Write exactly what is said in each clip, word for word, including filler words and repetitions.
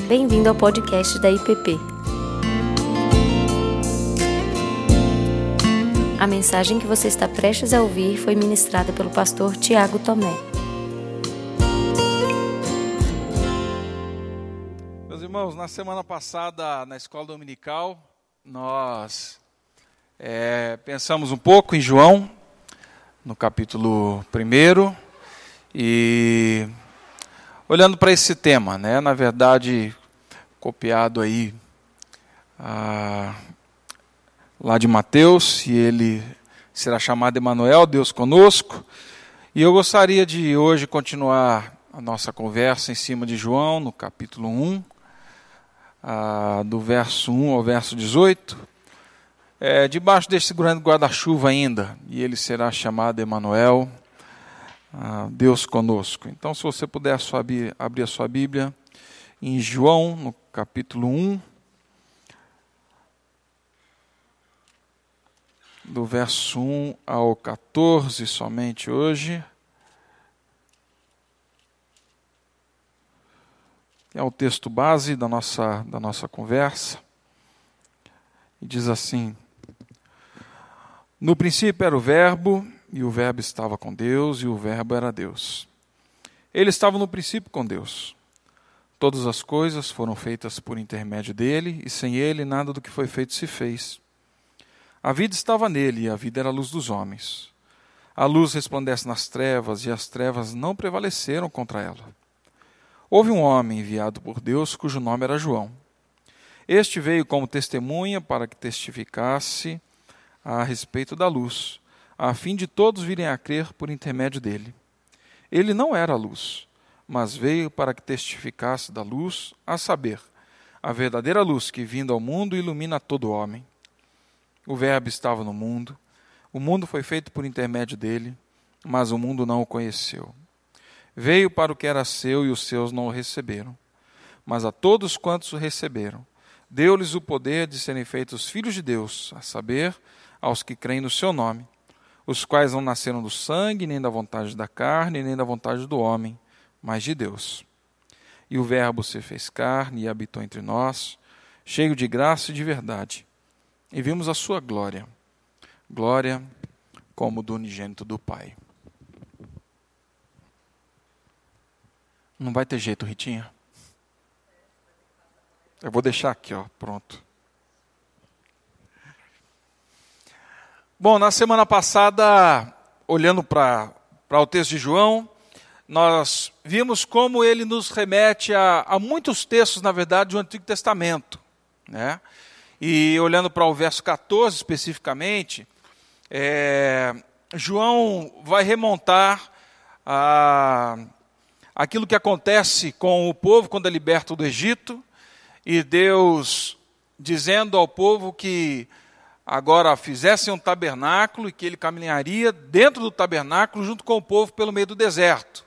Bem-vindo ao podcast da I P P. A mensagem que você está prestes a ouvir foi ministrada pelo pastor Tiago Tomé. Meus irmãos, na semana passada, na escola dominical, nós é, pensamos um pouco em João, no capítulo primeiro, e olhando para esse tema, né, na verdade, copiado aí ah, lá de Mateus, e ele será chamado Emanuel, Deus conosco, e eu gostaria de hoje continuar a nossa conversa em cima de João, no capítulo um, ah, do verso um ao verso dezoito, é, debaixo desse grande guarda-chuva ainda, e ele será chamado Emanuel, ah, Deus conosco. Então, se você puder abrir a sua Bíblia em João, no capítulo um, do verso um ao quatorze, somente hoje. É o texto base da nossa, da nossa conversa. E diz assim: No princípio era o Verbo, e o Verbo estava com Deus, e o Verbo era Deus. Ele estava no princípio com Deus. Todas as coisas foram feitas por intermédio dele, e sem ele nada do que foi feito se fez. A vida estava nele, e a vida era a luz dos homens. A luz resplandece nas trevas, e as trevas não prevaleceram contra ela. Houve um homem enviado por Deus, cujo nome era João. Este veio como testemunha para que testificasse a respeito da luz, a fim de todos virem a crer por intermédio dele. Ele não era a luz, mas veio para que testificasse da luz, a saber, a verdadeira luz que, vindo ao mundo, ilumina todo homem. O Verbo estava no mundo, o mundo foi feito por intermédio dele, mas o mundo não o conheceu. Veio para o que era seu e os seus não o receberam. Mas a todos quantos o receberam, deu-lhes o poder de serem feitos filhos de Deus, a saber, aos que creem no seu nome, os quais não nasceram do sangue, nem da vontade da carne, nem da vontade do homem, mas de Deus. E o Verbo se fez carne e habitou entre nós, cheio de graça e de verdade. E vimos a sua glória, glória como do unigênito do Pai. Não vai ter jeito, Ritinha? Eu vou deixar aqui, ó, pronto. Bom, na semana passada, olhando para o texto de João, nós vimos como ele nos remete a, a muitos textos, na verdade, do Antigo Testamento, né? E olhando para o verso quatorze especificamente, é, João vai remontar a, aquilo que acontece com o povo quando é liberto do Egito, e Deus dizendo ao povo que agora fizessem um tabernáculo e que ele caminharia dentro do tabernáculo junto com o povo pelo meio do deserto.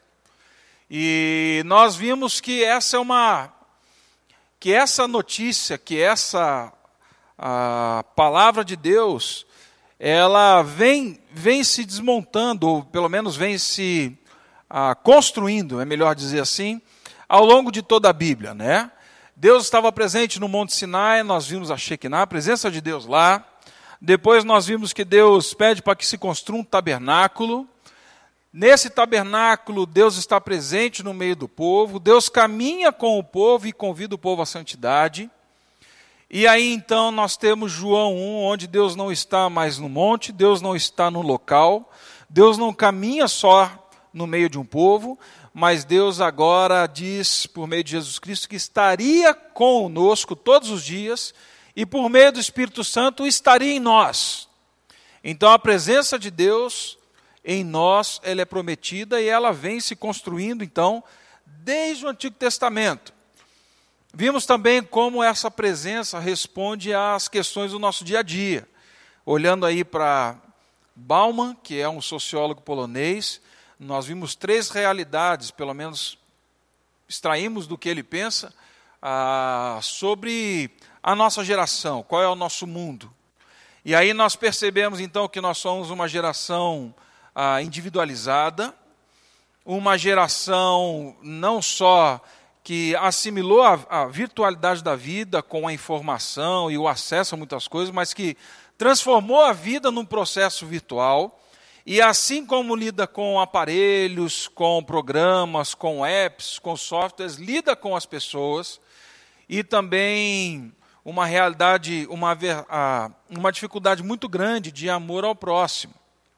E nós vimos que essa é uma, que essa notícia, que essa a palavra de Deus, ela vem, vem se desmontando, ou pelo menos vem se ah, construindo, é melhor dizer assim, ao longo de toda a Bíblia, né? Deus estava presente no Monte Sinai, nós vimos a Shekinah, a presença de Deus lá. Depois nós vimos que Deus pede para que se construa um tabernáculo. Nesse tabernáculo, Deus está presente no meio do povo. Deus caminha com o povo e convida o povo à santidade. E aí então nós temos João um, onde Deus não está mais no monte, Deus não está no local, Deus não caminha só no meio de um povo, mas Deus agora diz, por meio de Jesus Cristo, que estaria conosco todos os dias, e por meio do Espírito Santo estaria em nós. Então a presença de Deus em nós, ela é prometida e ela vem se construindo então desde o Antigo Testamento. Vimos também como essa presença responde às questões do nosso dia a dia. Olhando aí para Bauman, que é um sociólogo polonês, nós vimos três realidades, pelo menos extraímos do que ele pensa, ah, sobre a nossa geração, qual é o nosso mundo. E aí nós percebemos então que nós somos uma geração ah, individualizada, uma geração não só que assimilou a, a virtualidade da vida com a informação e o acesso a muitas coisas, mas que transformou a vida num processo virtual, e assim como lida com aparelhos, com programas, com apps, com softwares, lida com as pessoas, e também uma realidade, uma, uma dificuldade muito grande de amor ao próximo.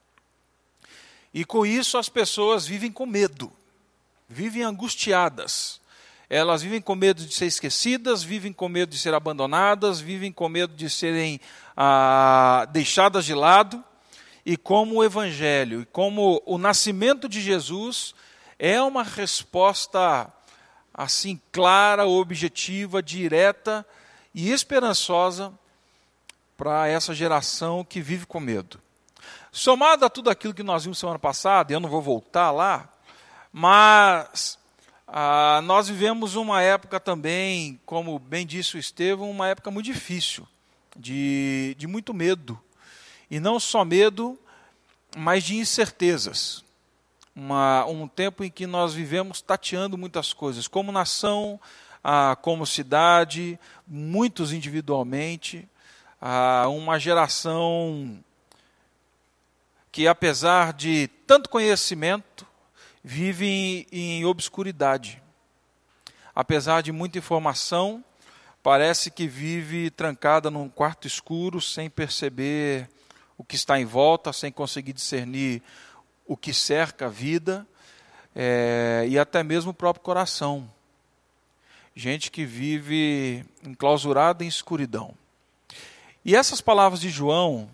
E com isso as pessoas vivem com medo, vivem angustiadas. Elas vivem com medo de ser esquecidas, vivem com medo de ser abandonadas, vivem com medo de serem ah, deixadas de lado. E como o Evangelho, e como o nascimento de Jesus é uma resposta assim clara, objetiva, direta e esperançosa para essa geração que vive com medo. Somado a tudo aquilo que nós vimos semana passada, eu não vou voltar lá, mas ah, nós vivemos uma época também, como bem disse o Estevão, uma época muito difícil, de, de muito medo. E não só medo, mas de incertezas. Uma, um tempo em que nós vivemos tateando muitas coisas, como nação, ah, como cidade, muitos individualmente, ah, uma geração que, apesar de tanto conhecimento, vive em, em obscuridade. Apesar de muita informação, parece que vive trancada num quarto escuro, sem perceber o que está em volta, sem conseguir discernir o que cerca a vida, é, e até mesmo o próprio coração. Gente que vive enclausurada em escuridão. E essas palavras de João,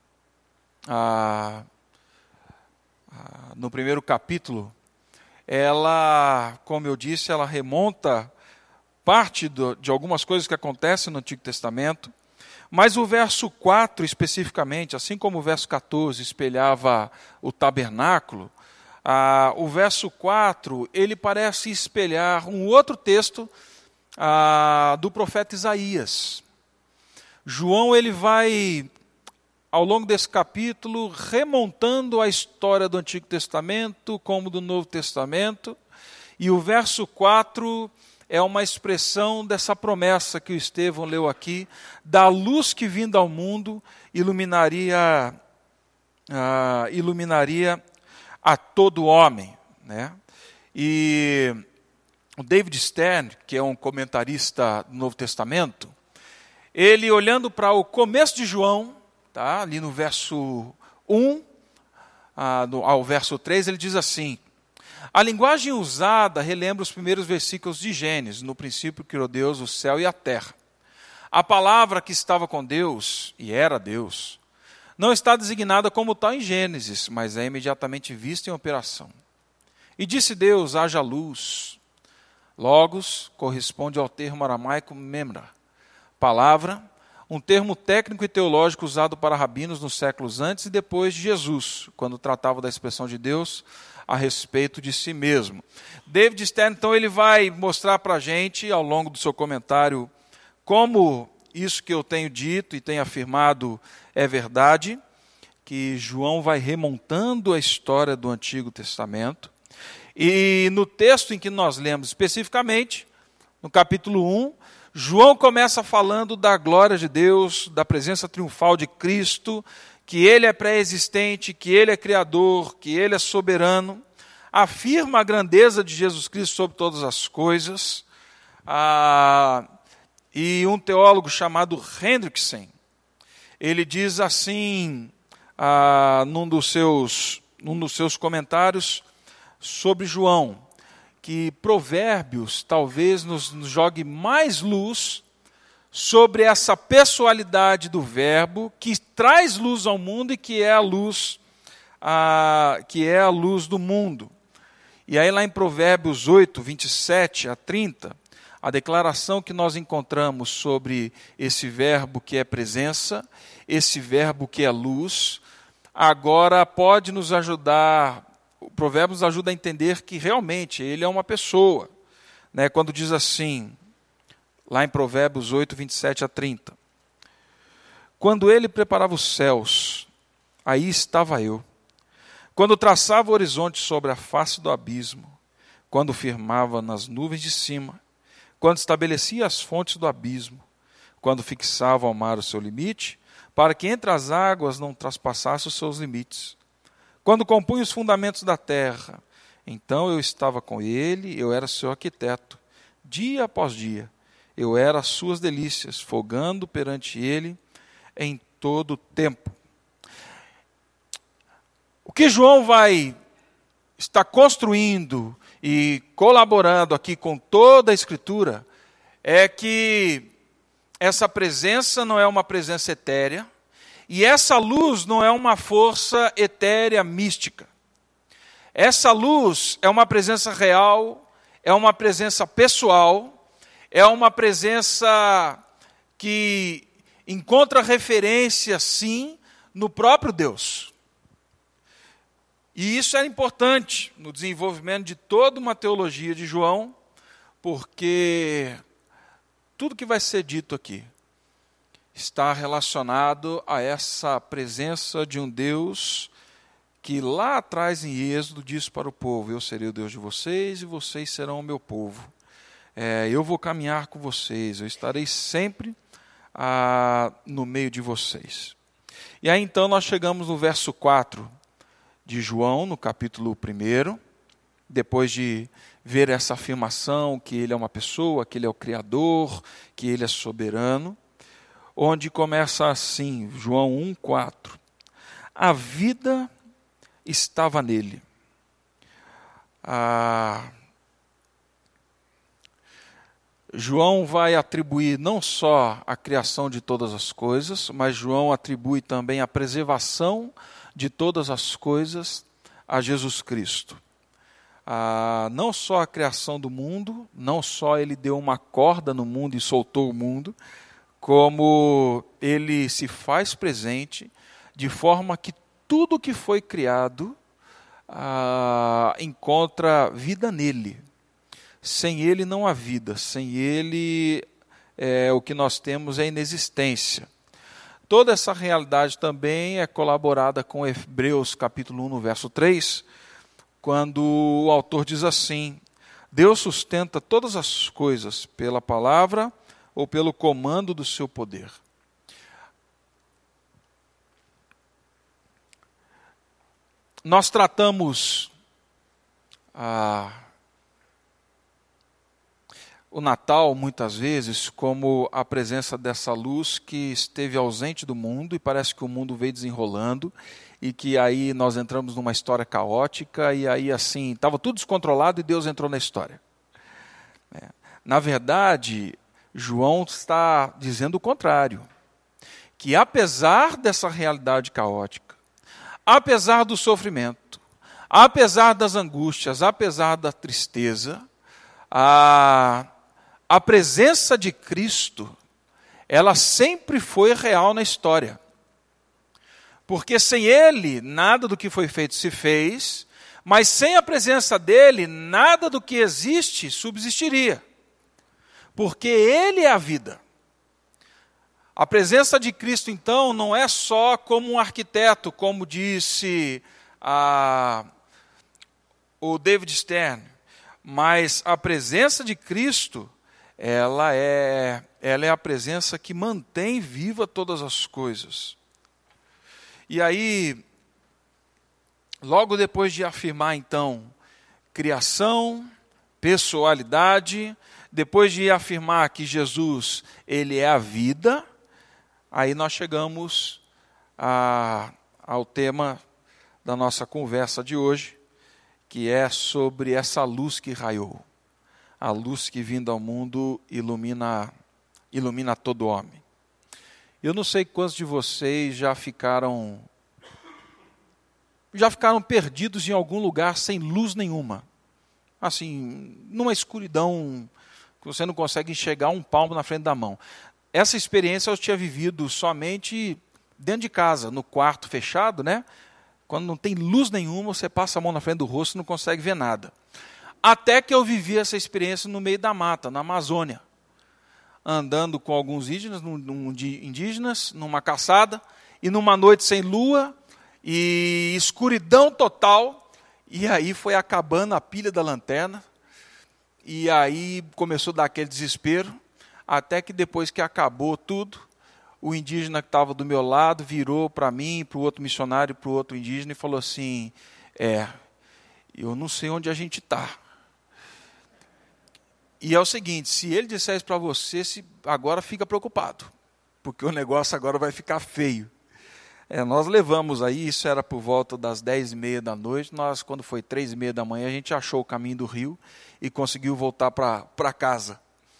ah, ah, no primeiro capítulo, ela, como eu disse, ela remonta parte do, de algumas coisas que acontecem no Antigo Testamento, mas o verso quatro especificamente, assim como o verso quatorze espelhava o tabernáculo, ah, o verso quatro, ele parece espelhar um outro texto ah, do profeta Isaías. João ele vai, ao longo desse capítulo, remontando a história do Antigo Testamento como do Novo Testamento, e o verso quatro é uma expressão dessa promessa que o Estevão leu aqui, da luz que vinda ao mundo iluminaria, uh, iluminaria a todo homem. Né? E o David Stern, que é um comentarista do Novo Testamento, ele olhando para o começo de João, tá, ali no verso um uh, no, ao verso três, ele diz assim: a linguagem usada relembra os primeiros versículos de Gênesis. No princípio criou Deus o céu e a terra. A palavra que estava com Deus, e era Deus, não está designada como tal em Gênesis, mas é imediatamente vista em operação. E disse Deus, haja luz. Logos corresponde ao termo aramaico memra. Palavra, um termo técnico e teológico usado para rabinos nos séculos antes e depois de Jesus, quando tratava da expressão de Deus a respeito de si mesmo. David Stern, então, ele vai mostrar para a gente, ao longo do seu comentário, como isso que eu tenho dito e tenho afirmado é verdade, que João vai remontando a história do Antigo Testamento. E no texto em que nós lemos especificamente, no capítulo um, João começa falando da glória de Deus, da presença triunfal de Cristo, que Ele é pré-existente, que Ele é criador, que Ele é soberano, afirma a grandeza de Jesus Cristo sobre todas as coisas. Ah, e um teólogo chamado Hendrickson, ele diz assim, ah, num, dos seus, num dos seus comentários sobre João, que Provérbios talvez nos, nos jogue mais luz sobre essa pessoalidade do verbo que traz luz ao mundo e que é a luz, a, que é a luz do mundo. E aí lá em Provérbios oito, vinte e sete a trinta, a declaração que nós encontramos sobre esse verbo que é presença, esse verbo que é luz, agora pode nos ajudar, o Provérbios nos ajuda a entender que realmente ele é uma pessoa. Né? Quando diz assim, lá em Provérbios oito, vinte e sete a trinta. Quando ele preparava os céus, aí estava eu. Quando traçava o horizonte sobre a face do abismo, quando firmava nas nuvens de cima, quando estabelecia as fontes do abismo, quando fixava ao mar o seu limite, para que entre as águas não traspassasse os seus limites. Quando compunha os fundamentos da terra, então eu estava com ele, eu era seu arquiteto. Dia após dia, eu era as suas delícias, folgando perante ele em todo o tempo. O que João vai estar construindo e colaborando aqui com toda a Escritura é que essa presença não é uma presença etérea, e essa luz não é uma força etérea mística. Essa luz é uma presença real, é uma presença pessoal, é uma presença que encontra referência, sim, no próprio Deus. E isso é importante no desenvolvimento de toda uma teologia de João, porque tudo que vai ser dito aqui está relacionado a essa presença de um Deus que lá atrás em Êxodo disse para o povo: eu serei o Deus de vocês e vocês serão o meu povo. É, eu vou caminhar com vocês, eu estarei sempre ah, no meio de vocês. E aí então nós chegamos no verso quatro de João, no capítulo um, depois de ver essa afirmação que ele é uma pessoa, que ele é o Criador, que ele é soberano, onde começa assim, João um, quatro. A vida estava nele. Ah, João vai atribuir não só a criação de todas as coisas, mas João atribui também a preservação de todas as coisas a Jesus Cristo. Ah, não só a criação do mundo, não só ele deu uma corda no mundo e soltou o mundo, como ele se faz presente de forma que tudo que foi criado ah, encontra vida nele. Sem ele não há vida, sem ele é, o que nós temos é inexistência. Toda essa realidade também é colaborada com Hebreus capítulo um, no verso três, quando o autor diz assim: Deus sustenta todas as coisas pela palavra ou pelo comando do seu poder. Nós tratamos ah, o Natal, muitas vezes, como a presença dessa luz que esteve ausente do mundo e parece que o mundo veio desenrolando e que aí nós entramos numa história caótica e aí assim, estava tudo descontrolado e Deus entrou na história. É. Na verdade, João está dizendo o contrário, que apesar dessa realidade caótica, apesar do sofrimento, apesar das angústias, apesar da tristeza, a, a presença de Cristo, ela sempre foi real na história. Porque sem Ele, nada do que foi feito se fez, mas sem a presença dEle, nada do que existe subsistiria. Porque Ele é a vida. A presença de Cristo, então, não é só como um arquiteto, como disse a, o David Stern, mas a presença de Cristo, ela é, ela é a presença que mantém viva todas as coisas. E aí, logo depois de afirmar, então, criação, pessoalidade, depois de afirmar que Jesus, ele é a vida, aí nós chegamos a, ao tema da nossa conversa de hoje, que é sobre essa luz que raiou. A luz que vindo ao mundo ilumina, ilumina todo homem. Eu não sei quantos de vocês já ficaram, já ficaram perdidos em algum lugar sem luz nenhuma. Assim, numa escuridão que você não consegue enxergar um palmo na frente da mão. Essa experiência eu tinha vivido somente dentro de casa, no quarto fechado, né? Quando não tem luz nenhuma, você passa a mão na frente do rosto e não consegue ver nada. Até que eu vivi essa experiência no meio da mata, na Amazônia. Andando com alguns indígenas, num, num, indígenas, numa caçada, e numa noite sem lua, e escuridão total, e aí foi acabando a pilha da lanterna, e aí começou a dar aquele desespero, até que depois que acabou tudo, o indígena que estava do meu lado virou para mim, para o outro missionário, para o outro indígena e falou assim, é, eu não sei onde a gente está. E é o seguinte, se ele disser isso para você, se agora fica preocupado, porque o negócio agora vai ficar feio. É, nós levamos aí, isso era por volta das dez e meia da noite, nós, quando foi três e meia da manhã, a gente achou o caminho do rio e conseguiu voltar para casa.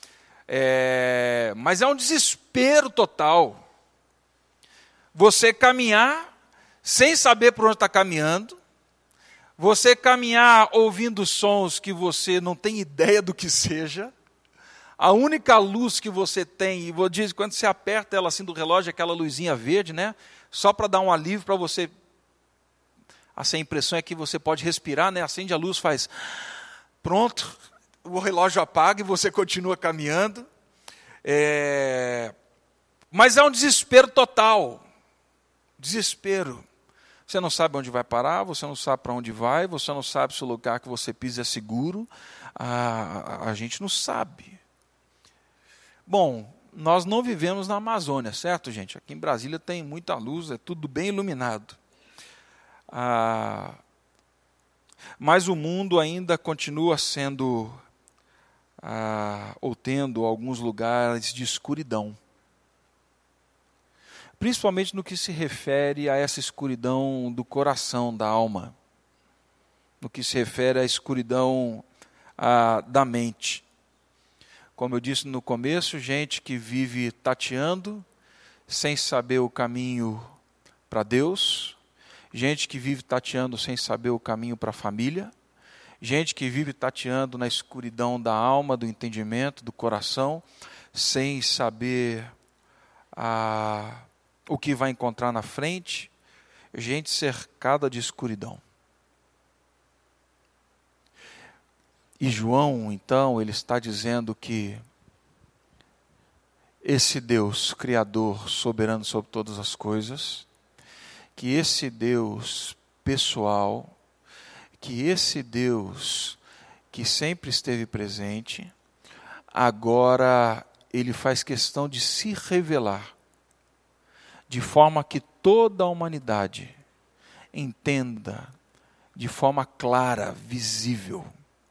É, mas é um desespero total. Você caminhar sem saber por onde está caminhando, você caminhar ouvindo sons que você não tem ideia do que seja, a única luz que você tem, e vou dizer, quando você aperta ela assim do relógio, aquela luzinha verde, né? Só para dar um alívio para você, assim, a impressão é que você pode respirar, né? Acende a luz, faz, pronto, o relógio apaga e você continua caminhando. É... Mas é um desespero total, desespero. Você não sabe onde vai parar, você não sabe para onde vai, você não sabe se o lugar que você pisa é seguro, a, a, a gente não sabe. Bom, nós não vivemos na Amazônia, certo, gente? Aqui em Brasília tem muita luz, é tudo bem iluminado. Ah, mas o mundo ainda continua sendo, ah, ou tendo alguns lugares de escuridão. Principalmente no que se refere a essa escuridão do coração, da alma. No que se refere à escuridão ah, da mente. Como eu disse no começo, gente que vive tateando, sem saber o caminho para Deus. Gente que vive tateando sem saber o caminho para a família. Gente que vive tateando na escuridão da alma, do entendimento, do coração, sem saber a... o que vai encontrar na frente, gente cercada de escuridão. E João, então, ele está dizendo que esse Deus, Criador, soberano sobre todas as coisas, que esse Deus pessoal, que esse Deus que sempre esteve presente, agora ele faz questão de se revelar, de forma que toda a humanidade entenda de forma clara, visível,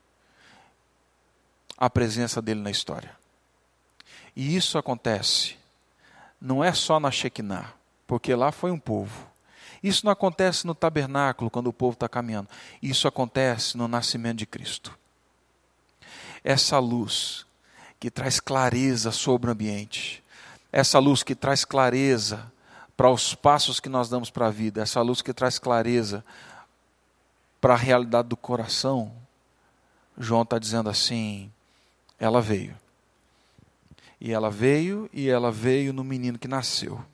a presença dele na história. E isso acontece, não é só na Shekinah, porque lá foi um povo. Isso não acontece no tabernáculo, quando o povo está caminhando. Isso acontece no nascimento de Cristo. Essa luz que traz clareza sobre o ambiente, essa luz que traz clareza para os passos que nós damos para a vida, essa luz que traz clareza para a realidade do coração, João está dizendo assim, ela veio. E ela veio, e ela veio no menino que nasceu.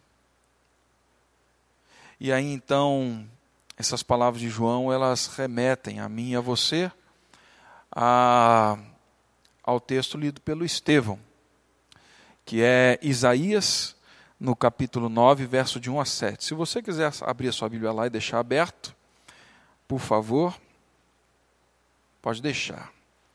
E aí então, essas palavras de João, elas remetem a mim e a você, a, ao texto lido pelo Estevão, que é Isaías, no capítulo nove, verso de um a sete. Se você quiser abrir a sua Bíblia lá e deixar aberto, por favor, pode deixar.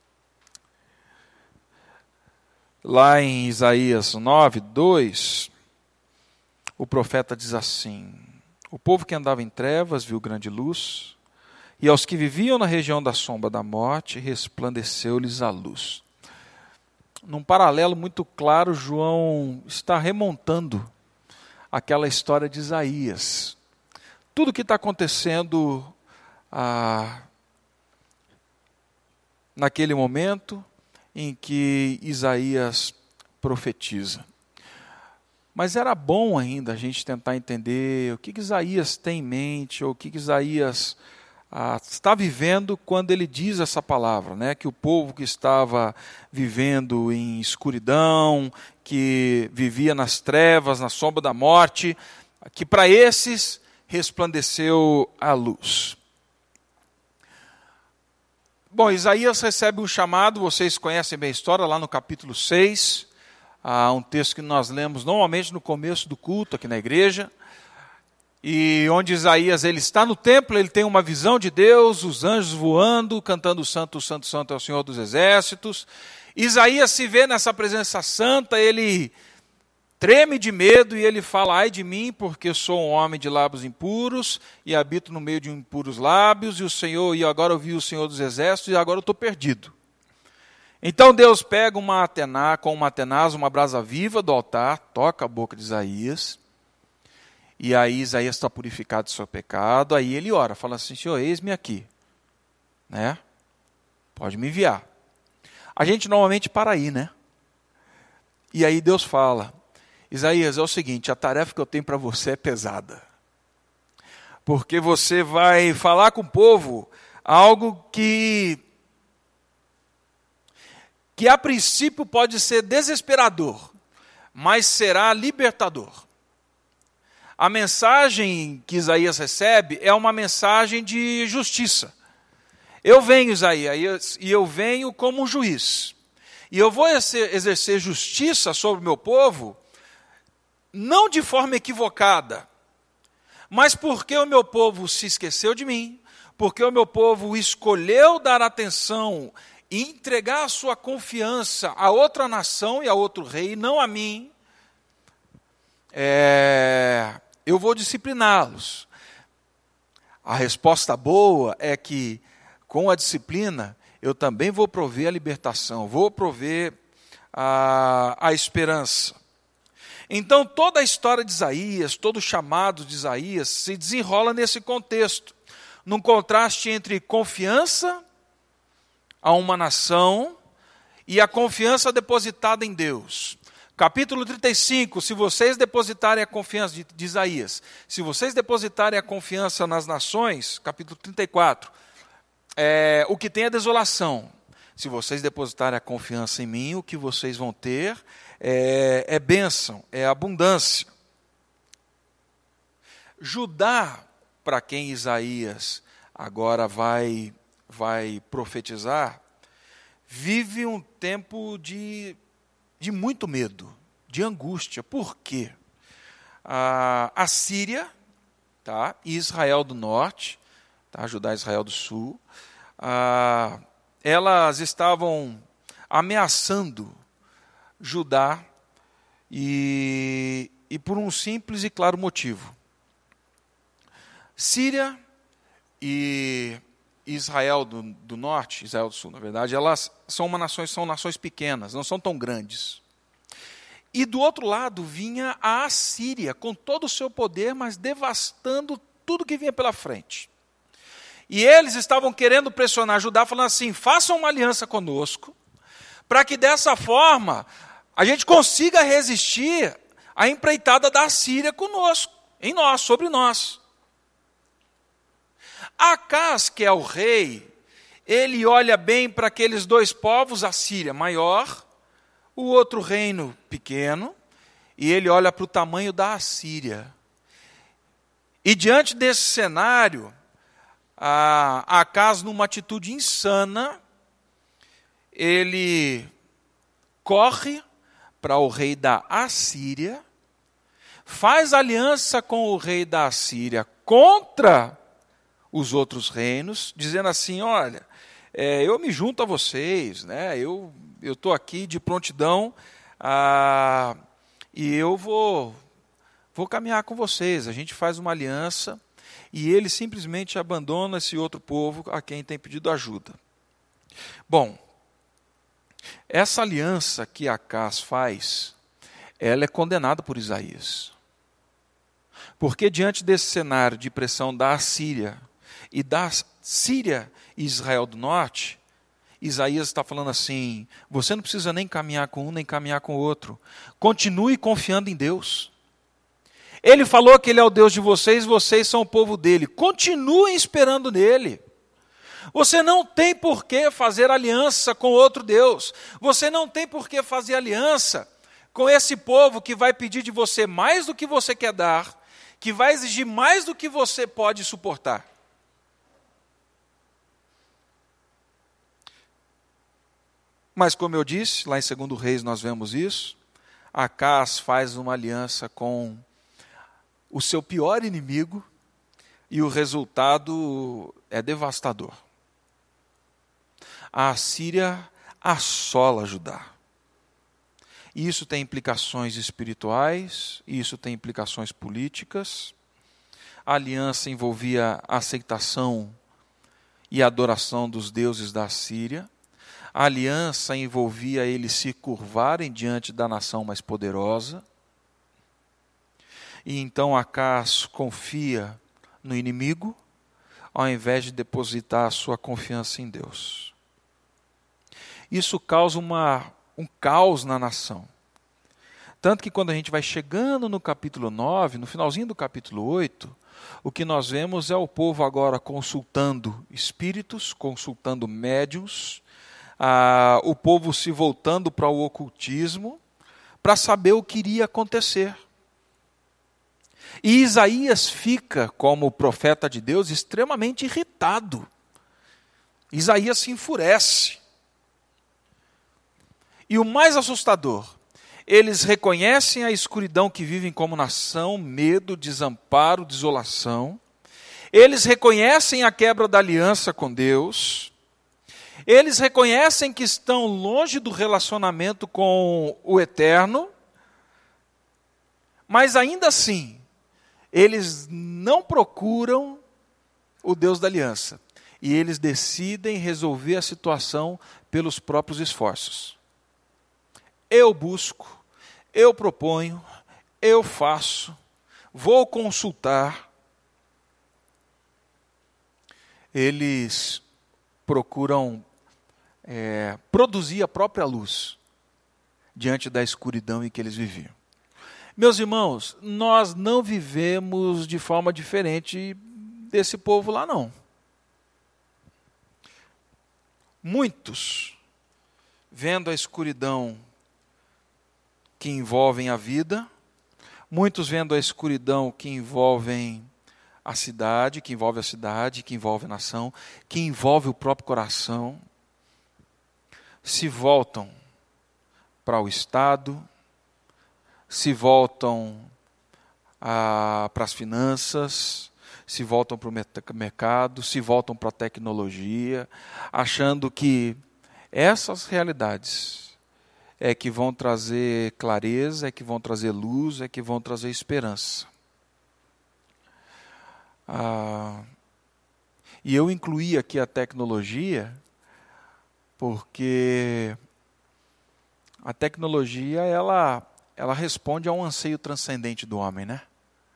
Lá em Isaías nove, dois, o profeta diz assim, o povo que andava em trevas viu grande luz, e aos que viviam na região da sombra da morte, resplandeceu-lhes a luz. Num paralelo muito claro, João está remontando aquela história de Isaías. Tudo que está acontecendo ah, naquele momento em que Isaías profetiza. Mas era bom ainda a gente tentar entender o que, que Isaías tem em mente, ou o que, que Isaías ah, está vivendo quando ele diz essa palavra, né? Que o povo que estava vivendo em escuridão, que vivia nas trevas, na sombra da morte, que para esses resplandeceu a luz. Bom, Isaías recebe um chamado, vocês conhecem bem a história, lá no capítulo seis, há um texto que nós lemos normalmente no começo do culto aqui na igreja. e onde Isaías ele está no templo, ele tem uma visão de Deus, os anjos voando, cantando Santo, Santo, Santo é o Senhor dos Exércitos. Isaías se vê nessa presença santa, ele treme de medo e ele fala: ai de mim, porque sou um homem de lábios impuros e habito no meio de impuros lábios, e o Senhor, e agora eu vi o Senhor dos Exércitos e agora eu estou perdido. Então Deus pega uma atená, com uma tenaz, uma brasa viva do altar, toca a boca de Isaías, e aí Isaías está purificado do seu pecado, aí ele ora, fala assim: Senhor, eis-me aqui, né? Pode me enviar. A gente normalmente para aí, né? E aí Deus fala: Isaías, é o seguinte, a tarefa que eu tenho para você é pesada, porque você vai falar com o povo algo que, que a princípio pode ser desesperador, mas será libertador. A mensagem que Isaías recebe é uma mensagem de justiça. Eu venho, Isaías, e eu venho como um juiz, e eu vou exercer justiça sobre o meu povo, não de forma equivocada, mas porque o meu povo se esqueceu de mim, porque o meu povo escolheu dar atenção e entregar a sua confiança a outra nação e a outro rei, não a mim. É, eu vou discipliná-los. A resposta boa é que, com a disciplina, eu também vou prover a libertação, vou prover a, a esperança. Então, toda a história de Isaías, todo o chamado de Isaías, se desenrola nesse contexto, num contraste entre confiança a uma nação e a confiança depositada em Deus. Capítulo trinta e cinco, se vocês depositarem a confiança de, de Isaías, se vocês depositarem a confiança nas nações, capítulo trinta e quatro, é, o que tem é desolação. Se vocês depositarem a confiança em mim, o que vocês vão ter é, é bênção, é abundância. Judá, para quem Isaías agora vai, vai profetizar, vive um tempo de, de muito medo, de angústia. Por quê? A, a Síria, tá, e Israel do norte, tá, Judá e Israel do sul, a, elas estavam ameaçando Judá, e, e por um simples e claro motivo. Síria e Israel do, do norte, Israel do sul, na verdade, elas são uma nações, são nações pequenas, não são tão grandes. E do outro lado vinha a Assíria, com todo o seu poder, mas devastando tudo que vinha pela frente. E eles estavam querendo pressionar Judá, falando assim: façam uma aliança conosco, para que dessa forma a gente consiga resistir à empreitada da Assíria conosco, em nós, sobre nós. Acás, que é o rei, ele olha bem para aqueles dois povos, a Síria maior, o outro reino pequeno, e ele olha para o tamanho da Assíria. E diante desse cenário, Acás, numa atitude insana, ele corre para o rei da Assíria, faz aliança com o rei da Assíria contra os outros reinos, dizendo assim: olha, é, eu me junto a vocês, né? eu estou aqui de prontidão, ah, e eu vou, vou caminhar com vocês. A gente faz uma aliança, e ele simplesmente abandona esse outro povo a quem tem pedido ajuda. Bom, essa aliança que Acás faz, ela é condenada por Isaías. Porque diante desse cenário de pressão da Assíria, e da Síria e Israel do norte, Isaías está falando assim: você não precisa nem caminhar com um, nem caminhar com o outro. Continue confiando em Deus. Ele falou que Ele é o Deus de vocês, vocês são o povo dele. Continuem esperando nele. Você não tem por que fazer aliança com outro Deus. Você não tem por que fazer aliança com esse povo que vai pedir de você mais do que você quer dar, que vai exigir mais do que você pode suportar. Mas, como eu disse, lá em Segundo Reis nós vemos isso. Acás faz uma aliança com o seu pior inimigo e o resultado é devastador. A Assíria assola Judá. E isso tem implicações espirituais, isso tem implicações políticas. A aliança envolvia a aceitação e adoração dos deuses da Síria. A aliança envolvia eles se curvarem diante da nação mais poderosa. E então Acaz confia no inimigo, ao invés de depositar a sua confiança em Deus. Isso causa uma, um caos na nação. Tanto que quando a gente vai chegando no capítulo nove, no finalzinho do capítulo oito, o que nós vemos é o povo agora consultando espíritos, consultando médiuns, ah, o povo se voltando para o ocultismo, para saber o que iria acontecer. E Isaías fica, como profeta de Deus, extremamente irritado. Isaías se enfurece. E o mais assustador, eles reconhecem a escuridão que vivem como nação, medo, desamparo, desolação. Eles reconhecem a quebra da aliança com Deus. Eles reconhecem que estão longe do relacionamento com o Eterno. Mas ainda assim, eles não procuram o Deus da aliança. E eles decidem resolver a situação pelos próprios esforços. Eu busco, eu proponho, eu faço, vou consultar. Eles procuram é, produzir a própria luz diante da escuridão em que eles viviam. Meus irmãos, nós não vivemos de forma diferente desse povo lá, não. Muitos, vendo a escuridão que envolvem a vida, muitos vendo a escuridão que envolvem a cidade, que envolve a cidade, que envolve a nação, que envolve o próprio coração, se voltam para o Estado, se voltam ah, para as finanças, se voltam para o mercado, se voltam para a tecnologia, achando que essas realidades é que vão trazer clareza, é que vão trazer luz, é que vão trazer esperança. Ah, e eu incluí aqui a tecnologia, porque a tecnologia, ela, ela responde a um anseio transcendente do homem, né?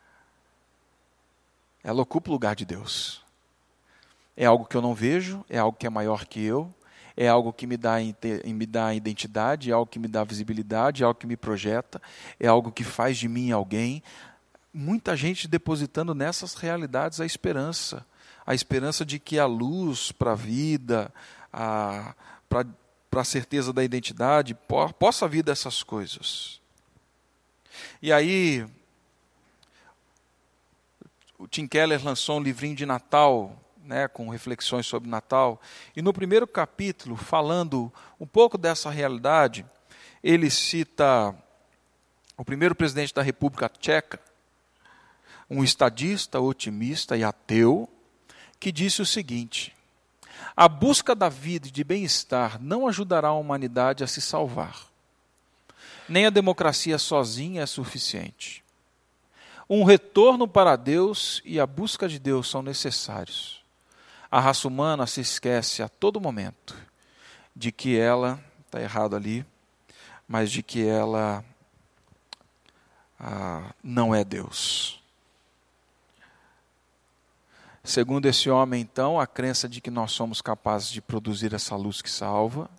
Ela ocupa o lugar de Deus. É algo que eu não vejo, é algo que é maior que eu, é algo que me dá, me dá identidade, é algo que me dá visibilidade, é algo que me projeta, é algo que faz de mim alguém. Muita gente depositando nessas realidades a esperança. A esperança de que a luz para a vida, para a certeza da identidade, po, possa vir dessas coisas. E aí, o Tim Keller lançou um livrinho de Natal, né, com reflexões sobre Natal, e no primeiro capítulo, falando um pouco dessa realidade, ele cita o primeiro presidente da República Tcheca, um estadista, otimista e ateu, que disse o seguinte: a busca da vida e de bem-estar não ajudará a humanidade a se salvar. Nem a democracia sozinha é suficiente. Um retorno para Deus e a busca de Deus são necessários. A raça humana se esquece a todo momento de que ela, está errado ali, mas de que ela ah, não é Deus. Segundo esse homem, então, a crença de que nós somos capazes de produzir essa luz que salva,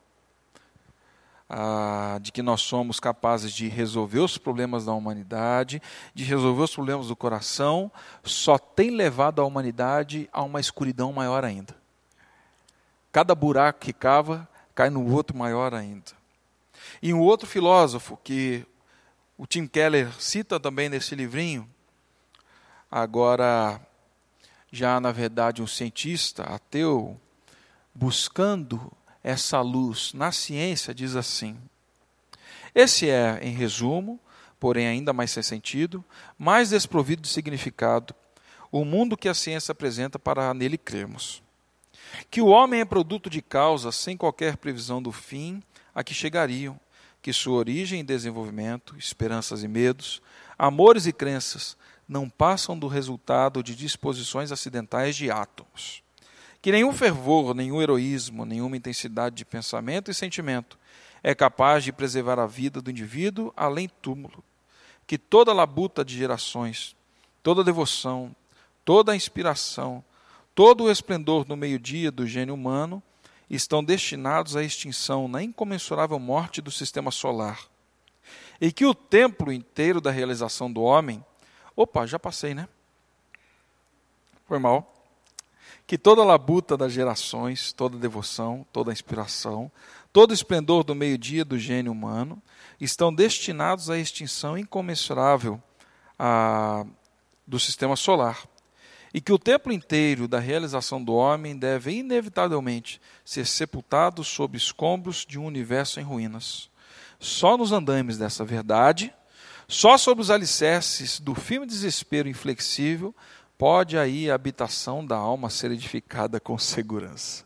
ah, de que nós somos capazes de resolver os problemas da humanidade, de resolver os problemas do coração, só tem levado a humanidade a uma escuridão maior ainda. Cada buraco que cava, cai no outro maior ainda. E um outro filósofo, que o Tim Keller cita também nesse livrinho, agora já na verdade um cientista ateu, buscando essa luz na ciência, diz assim: esse é, em resumo, porém ainda mais sem sentido, mais desprovido de significado, o mundo que a ciência apresenta para nele crermos. Que o homem é produto de causas sem qualquer previsão do fim a que chegariam, que sua origem e desenvolvimento, esperanças e medos, amores e crenças, não passam do resultado de disposições acidentais de átomos. Que nenhum fervor, nenhum heroísmo, nenhuma intensidade de pensamento e sentimento é capaz de preservar a vida do indivíduo além túmulo. Que toda labuta de gerações, toda devoção, toda a inspiração, todo o esplendor no meio-dia do gênio humano estão destinados à extinção na incomensurável morte do sistema solar. E que o templo inteiro da realização do homem... Opa, já passei, né? Foi mal. Que toda a labuta das gerações, toda a devoção, toda a inspiração, todo o esplendor do meio-dia do gênio humano estão destinados à extinção incomensurável a, do sistema solar. E que o templo inteiro da realização do homem deve inevitavelmente ser sepultado sob escombros de um universo em ruínas. Só nos andames dessa verdade, só sob os alicerces do firme desespero inflexível, pode aí a habitação da alma ser edificada com segurança.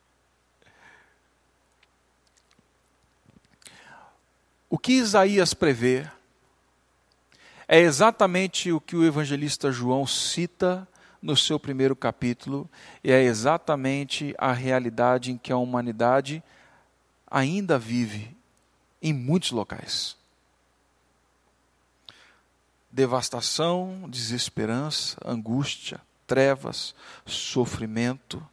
O que Isaías prevê é exatamente o que o evangelista João cita no seu primeiro capítulo, e é exatamente a realidade em que a humanidade ainda vive em muitos locais. Devastação, desesperança, angústia, trevas, sofrimento.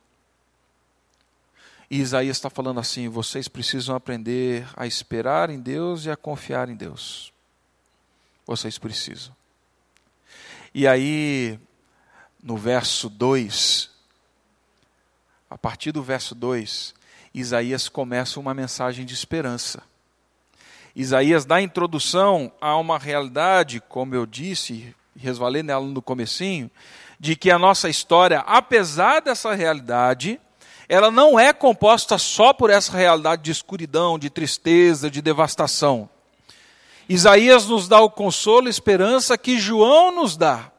E Isaías está falando assim: vocês precisam aprender a esperar em Deus e a confiar em Deus. Vocês precisam. E aí, no verso dois, a partir do verso dois, Isaías começa uma mensagem de esperança. Isaías dá introdução a uma realidade, como eu disse, resvalei nela no comecinho, de que a nossa história, apesar dessa realidade, ela não é composta só por essa realidade de escuridão, de tristeza, de devastação. Isaías nos dá o consolo e esperança que João nos dá.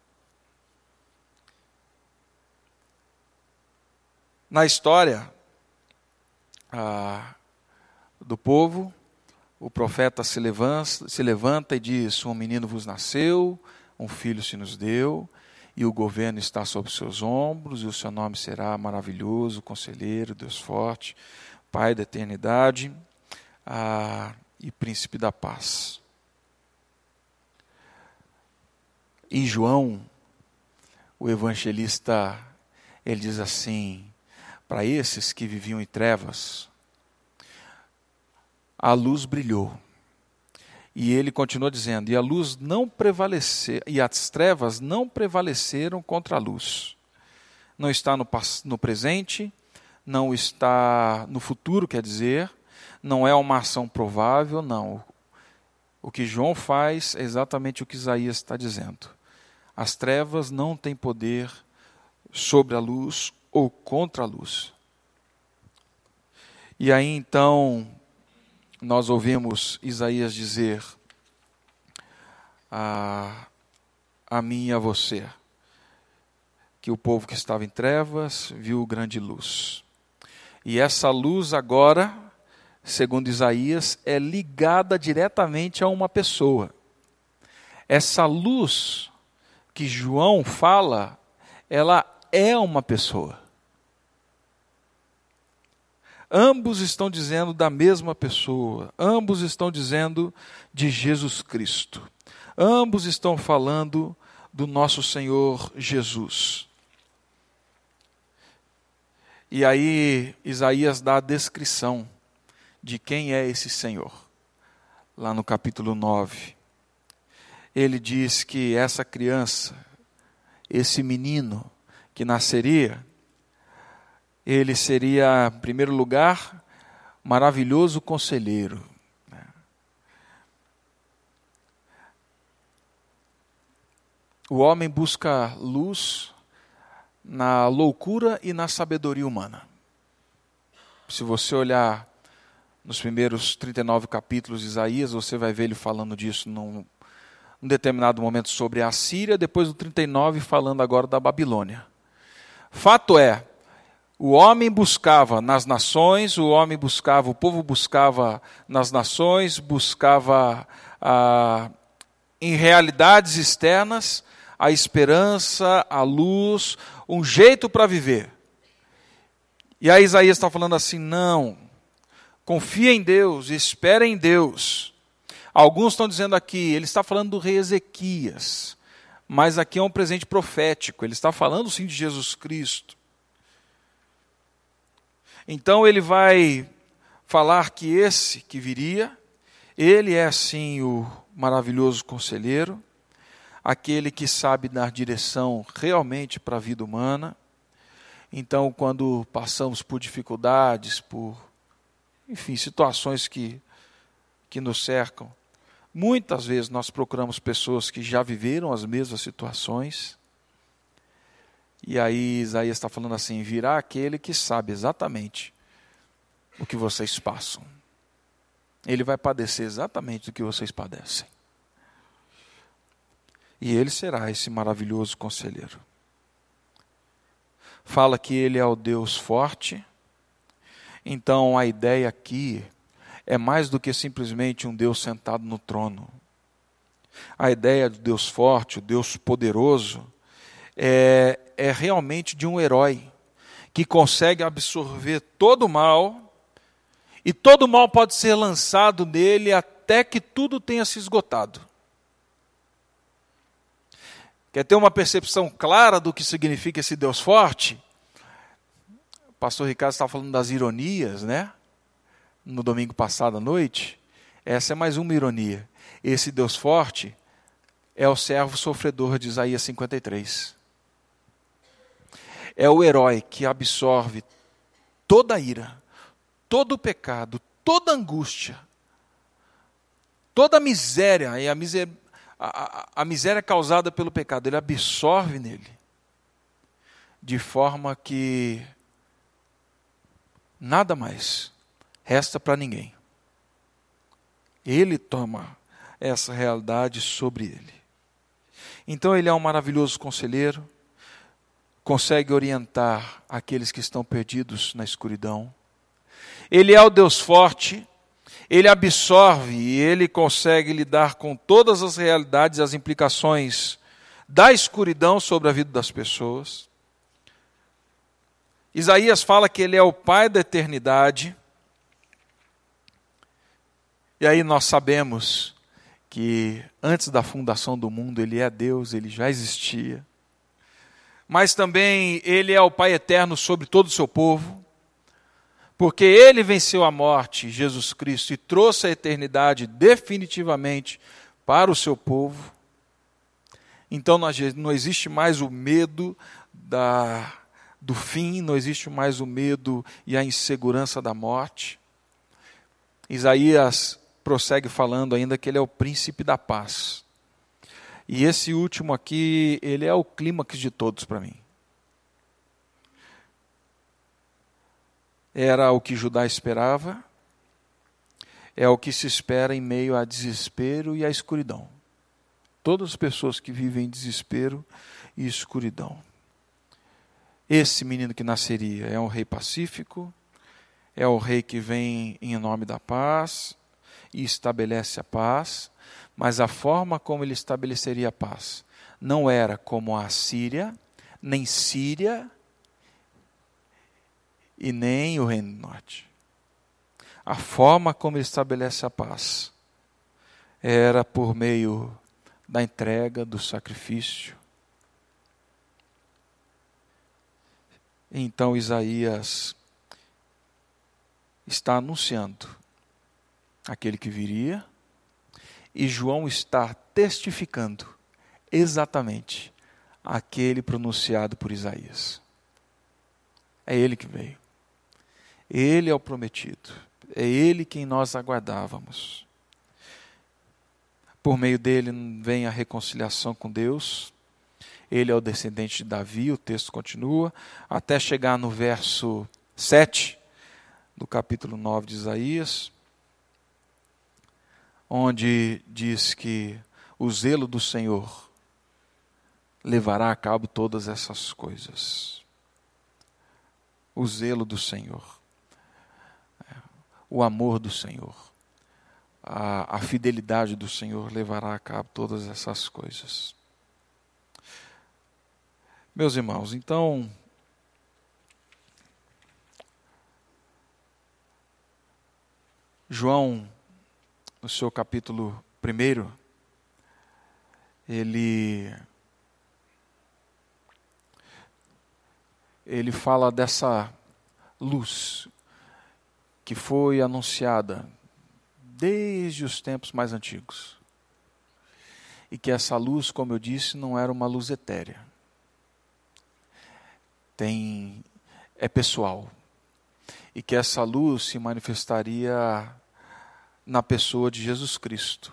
Na história ah, do povo, o profeta se levanta, se levanta e diz: um menino vos nasceu, um filho se nos deu, e o governo está sobre seus ombros, e o seu nome será maravilhoso, conselheiro, Deus forte, Pai da eternidade ah, e príncipe da paz. Em João, o evangelista, ele diz assim: para esses que viviam em trevas, a luz brilhou. E ele continua dizendo: e a luz não prevaleceu, e as trevas não prevaleceram contra a luz. Não está no, no presente, não está no futuro, quer dizer, não é uma ação provável, não. O que João faz é exatamente o que Isaías está dizendo. As trevas não têm poder sobre a luz ou contra a luz. E aí então nós ouvimos Isaías dizer a, a mim e a você, que o povo que estava em trevas viu grande luz. E essa luz agora, segundo Isaías, é ligada diretamente a uma pessoa. Essa luz que João fala, ela é uma pessoa. Ambos estão dizendo da mesma pessoa, ambos estão dizendo de Jesus Cristo, ambos estão falando do nosso Senhor Jesus. E aí Isaías dá a descrição de quem é esse Senhor, lá no capítulo nove. Ele diz que essa criança, esse menino que nasceria, ele seria, em primeiro lugar, maravilhoso conselheiro. O homem busca luz na loucura e na sabedoria humana. Se você olhar nos primeiros trinta e nove capítulos de Isaías, você vai ver ele falando disso num, um determinado momento sobre a Síria, depois do trinta e nove falando agora da Babilônia. Fato é, o homem buscava nas nações, o homem buscava, o povo buscava nas nações, buscava ah, em realidades externas a esperança, a luz, um jeito para viver. E aí Isaías está falando assim, não, confia em Deus, espera em Deus. Alguns estão dizendo aqui, ele está falando do rei Ezequias, mas aqui é um presente profético, ele está falando sim de Jesus Cristo. Então ele vai falar que esse que viria, ele é sim o maravilhoso conselheiro, aquele que sabe dar direção realmente para a vida humana. Então, quando passamos por dificuldades, por, enfim, situações que, que nos cercam, muitas vezes nós procuramos pessoas que já viveram as mesmas situações. E aí Isaías está falando assim, virá aquele que sabe exatamente o que vocês passam. Ele vai padecer exatamente do que vocês padecem. E ele será esse maravilhoso conselheiro. Fala que ele é o Deus forte. Então a ideia aqui é mais do que simplesmente um Deus sentado no trono. A ideia do Deus forte, o Deus poderoso, é, é realmente de um herói que consegue absorver todo o mal, e todo o mal pode ser lançado nele até que tudo tenha se esgotado. Quer ter uma percepção clara do que significa esse Deus forte? O pastor Ricardo estava falando das ironias, né? No domingo passado à noite. Essa é mais uma ironia. Esse Deus forte é o servo sofredor de Isaías cinquenta e três. É o herói que absorve toda a ira, todo o pecado, toda a angústia, toda a miséria, e a miséria, a, a, a miséria causada pelo pecado, ele absorve nele, de forma que nada mais resta para ninguém. Ele toma essa realidade sobre ele. Então ele é um maravilhoso conselheiro, consegue orientar aqueles que estão perdidos na escuridão. Ele é o Deus forte, ele absorve e ele consegue lidar com todas as realidades e as implicações da escuridão sobre a vida das pessoas. Isaías fala que ele é o Pai da eternidade. E aí nós sabemos que antes da fundação do mundo ele é Deus, ele já existia. Mas também ele é o Pai eterno sobre todo o seu povo, porque ele venceu a morte, Jesus Cristo, e trouxe a eternidade definitivamente para o seu povo. Então não existe mais o medo da, do fim, não existe mais o medo e a insegurança da morte. Isaías prossegue falando ainda que ele é o príncipe da paz. E esse último aqui, ele é o clímax de todos para mim. Era o que Judá esperava, é o que se espera em meio a desespero e à escuridão. Todas as pessoas que vivem em desespero e escuridão. Esse menino que nasceria é um rei pacífico, é o rei que vem em nome da paz e estabelece a paz, mas a forma como ele estabeleceria a paz não era como a Síria, nem Síria e nem o Reino do Norte. A forma como ele estabelece a paz era por meio da entrega, do sacrifício. Então Isaías está anunciando aquele que viria, e João está testificando exatamente aquele pronunciado por Isaías. É ele que veio. Ele é o prometido. É ele quem nós aguardávamos. Por meio dele vem a reconciliação com Deus. Ele é o descendente de Davi, o texto continua, até chegar no verso sete do capítulo nove de Isaías, onde diz que O zelo do Senhor levará a cabo todas essas coisas. O zelo do Senhor, o amor do Senhor, a, a fidelidade do Senhor levará a cabo todas essas coisas. Meus irmãos, então, João, no seu capítulo primeiro, ele, ele fala dessa luz que foi anunciada desde os tempos mais antigos. E que essa luz, como eu disse, não era uma luz etérea. Tem, é pessoal. E que essa luz se manifestaria na pessoa de Jesus Cristo.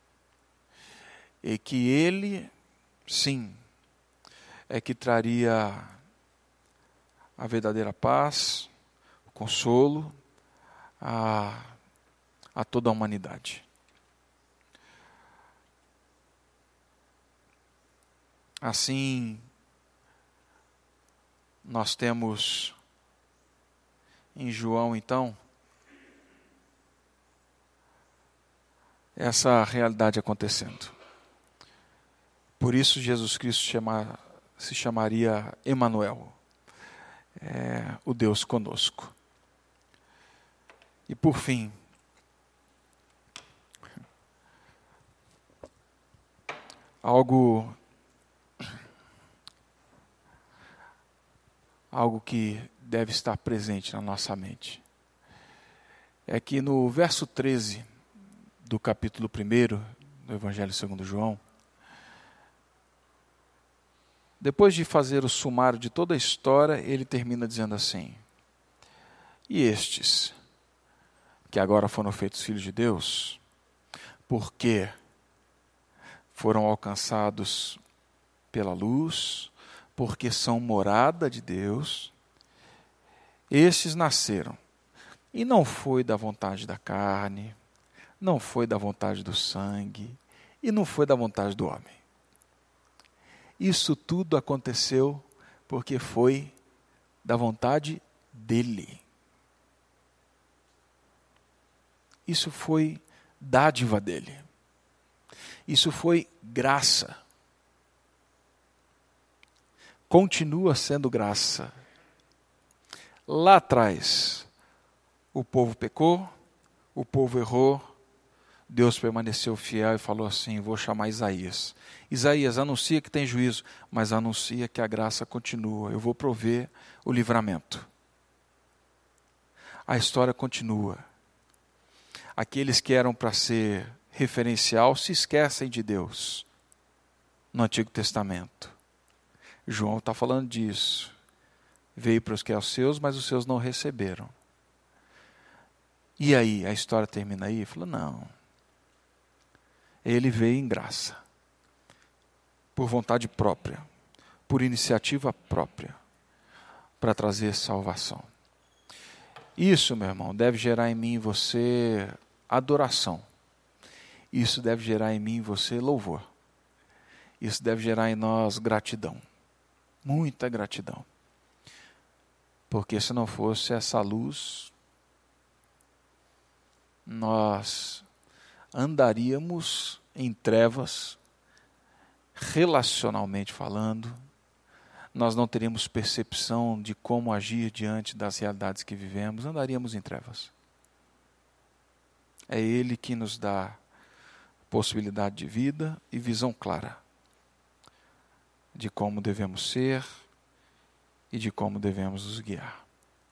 E que Ele, sim, é que traria a verdadeira paz, o consolo a, a toda a humanidade. Assim, nós temos em João, então, essa realidade acontecendo. Por isso Jesus Cristo chama, se chamaria Emanuel, é, o Deus conosco. E por fim, algo, algo que deve estar presente na nossa mente, é que no verso treze do capítulo primeiro do Evangelho segundo João, depois de fazer o sumário de toda a história, ele termina dizendo assim: e estes, que agora foram feitos filhos de Deus, porque foram alcançados pela luz, porque são morada de Deus, estes nasceram. E não foi da vontade da carne, não foi da vontade do sangue, e não foi da vontade do homem. Isso tudo aconteceu porque foi da vontade dele. Isso foi dádiva dele. Isso foi graça. Continua sendo graça. Lá atrás, o povo pecou, o povo errou, Deus permaneceu fiel e falou assim: vou chamar Isaías. Isaías, anuncia que tem juízo, mas anuncia que a graça continua. Eu vou prover o livramento. A história continua. Aqueles que eram para ser referencial se esquecem de Deus no Antigo Testamento. João está falando disso. Veio para os que eram seus, mas os seus não receberam. E aí, a história termina aí? Ele falou, não. Ele veio em graça. Por vontade própria. Por iniciativa própria. Para trazer salvação. Isso, meu irmão, deve gerar em mim e você adoração. Isso deve gerar em mim e você louvor. Isso deve gerar em nós gratidão. Muita gratidão. Porque se não fosse essa luz, nós andaríamos em trevas, relacionalmente falando, nós não teríamos percepção de como agir diante das realidades que vivemos, andaríamos em trevas. É Ele que nos dá possibilidade de vida e visão clara de como devemos ser e de como devemos nos guiar.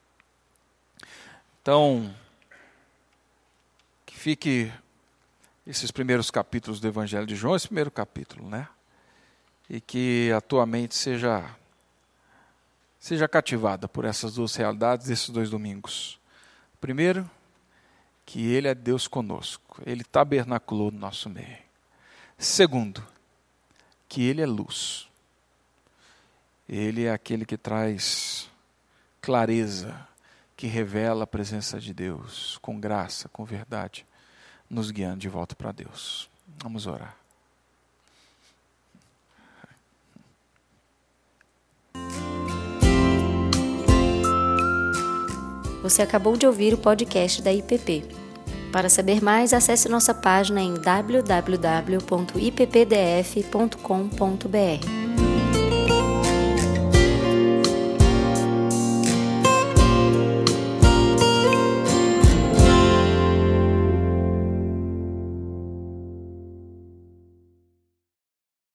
Então, que fique esses primeiros capítulos do Evangelho de João, esse primeiro capítulo, né? E que a tua mente seja, seja cativada por essas duas realidades desses dois domingos. Primeiro, que Ele é Deus conosco, Ele tabernaculou no nosso meio. Segundo, que Ele é luz. Ele é aquele que traz clareza, que revela a presença de Deus, com graça, com verdade, nos guiando de volta para Deus. Vamos orar. Você acabou de ouvir o podcast da I P P. Para saber mais, acesse nossa página em w w w ponto i p p d f ponto com ponto b r.